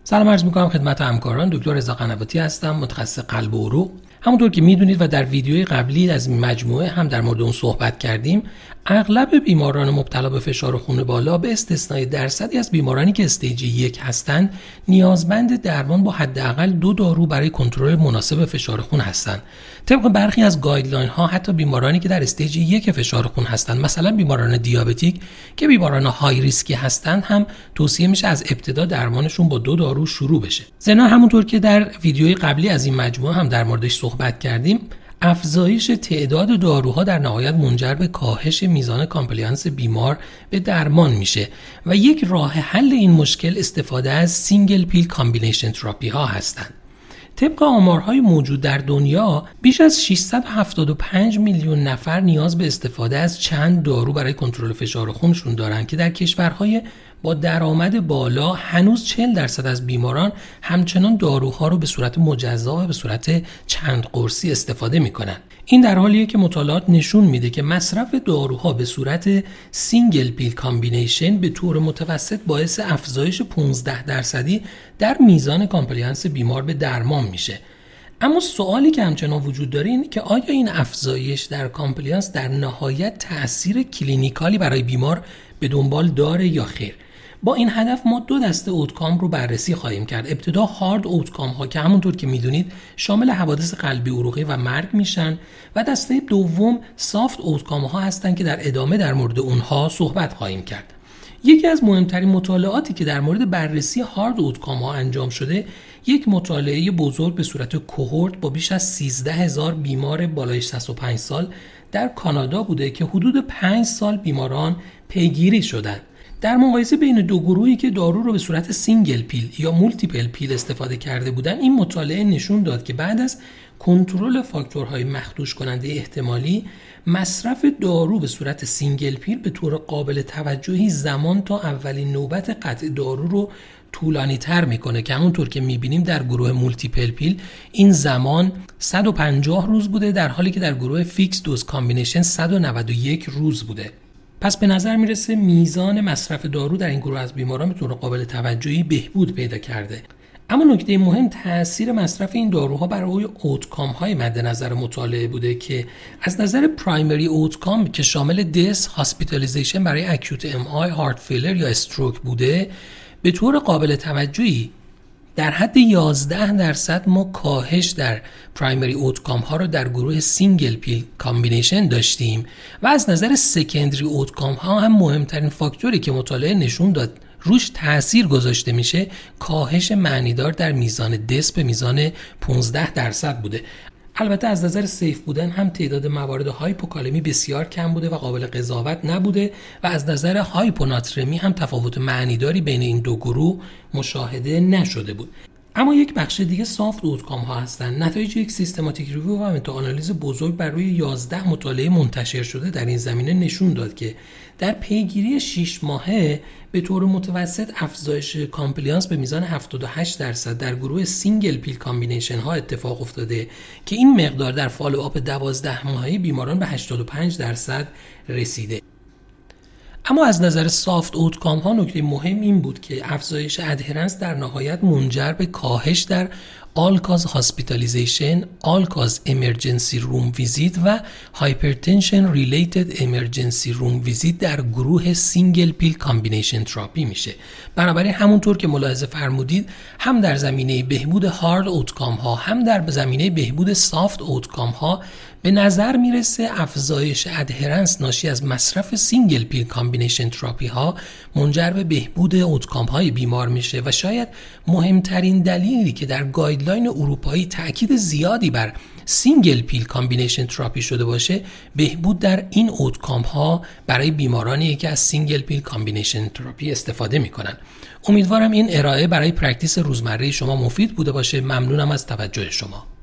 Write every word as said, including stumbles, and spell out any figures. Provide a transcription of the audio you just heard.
سلام عرض میکنم خدمت همکاران. دکتر رضا قنواتی هستم، متخصص قلب و عروق. همونطور که میدونید و در ویدیوی قبلی از این مجموعه هم در مورد اون صحبت کردیم، اغلب بیماران مبتلا به فشار خون بالا به استثنای درصدی از بیمارانی که استیج یک هستند نیازمند درمان با حداقل دو دارو برای کنترل مناسب فشار خون هستند. طبق برخی از گایدلاین ها حتی بیمارانی که در استیج یک فشار خون هستند، مثلا بیماران دیابتیک که بیماران های ریسکی هستند، هم توصیه میشه از ابتدا درمانشون با دو دارو شروع بشه. ضمن همونطور که در ویدیوی قبلی از این مجموعه هم در موردش صحبت کردیم، افزایش تعداد داروها در نهایت منجر به کاهش میزان کامپلیانس بیمار به درمان میشه و یک راه حل این مشکل استفاده از سینگل پیل کامبینیشن تراپی ها هستند. طبق آمارهای موجود در دنیا بیش از ششصد و هفتاد و پنج میلیون نفر نیاز به استفاده از چند دارو برای کنترل فشار خونشون دارن که در کشورهای با درآمد بالا هنوز چهل درصد از بیماران همچنان داروها رو به صورت مجزا و به صورت چند قرصی استفاده میکنن. این در حالیه که مطالعات نشون میده که مصرف داروها به صورت سینگل پیل کامبینیشن به طور متوسط باعث افزایش پانزده درصدی در میزان کامپلیانس بیمار به درمان میشه. اما سوالی که همچنان وجود داره اینه که آیا این افزایش در کامپلیانس در نهایت تأثیر کلینیکالی برای بیمار به دنبال داره یا خیر؟ با این هدف ما دو دسته اوتکام رو بررسی خواهیم کرد. ابتدا هارد اوتکام ها که همونطور که میدونید شامل حوادث قلبی عروقی و مرگ میشن و دسته دوم سافت اوتکام ها هستن که در ادامه در مورد اونها صحبت خواهیم کرد. یکی از مهمترین مطالعاتی که در مورد بررسی هارد اوتکام ها انجام شده یک مطالعه بزرگ به صورت کوهورت با بیش از سیزده هزار بیمار بالای شصت و پنج سال در کانادا بوده که حدود پنج سال بیماران پیگیری شدند. در مقایسه بین دو گروهی که دارو رو به صورت سینگل پیل یا مولتیپل پیل استفاده کرده بودند، این مطالعه نشون داد که بعد از کنترل فاکتورهای مخدوش کننده احتمالی، مصرف دارو به صورت سینگل پیل به طور قابل توجهی زمان تا اولین نوبت قطع دارو رو طولانی تر میکنه که همونطور که میبینیم در گروه مولتیپل پیل این زمان صد و پنجاه روز بوده، در حالی که در گروه فیکس دوز کامبینیشن صد و نود و یک روز بوده. پس به نظر میرسه میزان مصرف دارو در این گروه از بیماران به طور قابل توجهی بهبود پیدا کرده. اما نکته مهم تأثیر مصرف این داروها بر روی اوتکام های مد نظر مطالعه بوده که از نظر پرایمری اوتکام که شامل دس، هاسپیتالیزیشن برای اکوت ام آی، هارت فیلر یا استروک بوده، به طور قابل توجهی در حد یازده درصد ما کاهش در پرایمری اوتکام ها رو در گروه سینگل پیل کامبینیشن داشتیم و از نظر سکندری اوتکام ها هم مهمترین فاکتوری که مطالعه نشون داد روش تأثیر گذاشته میشه کاهش معنیدار در میزان دس به میزان پانزده درصد بوده. البته از نظر سیف بودن هم تعداد موارد هایپوکالمی بسیار کم بوده و قابل قضاوت نبوده و از نظر هایپوناترمی هم تفاوت معنیداری بین این دو گروه مشاهده نشده بود. اما یک بخش دیگه سافت اوتکام ها هستن. نتایج یک سیستماتیک ریویو و متاآنالیز بزرگ بر روی یازده مطالعه منتشر شده در این زمینه نشون داد که در پیگیری شش ماهه به طور متوسط افزایش کامپلیانس به میزان هفتاد و هشت درصد در گروه سینگل پیل کامبینیشن ها اتفاق افتاده که این مقدار در فالوآپ دوازده ماهه بیماران به هشتاد و پنج درصد رسیده. اما از نظر سافت اوتکام ها نکته مهم این بود که افزایش ادهرنس در نهایت منجر به کاهش در all cause hospitalization, all cause emergency room visit و hypertension related emergency room visit در گروه single pill combination therapy میشه. بنابراین همونطور که ملاحظه فرمودید هم در زمینه بهبود هارد اوتکام ها هم در زمینه بهبود سافت اوتکام ها به نظر میرسه افزایش ادهرنس ناشی از مصرف سینگل پیل کامبینیشن تراپی ها منجر به بهبود اوتکام های بیمار میشه و شاید مهمترین دلیلی که در گایدلاین اروپایی تاکید زیادی بر سینگل پیل کامبینیشن تراپی شده باشه بهبود در این اوتکام ها برای بیمارانی که از سینگل پیل کامبینیشن تراپی استفاده میکنن. امیدوارم این ارائه برای پرکتیس روزمره شما مفید بوده باشه. ممنونم از توجه شما.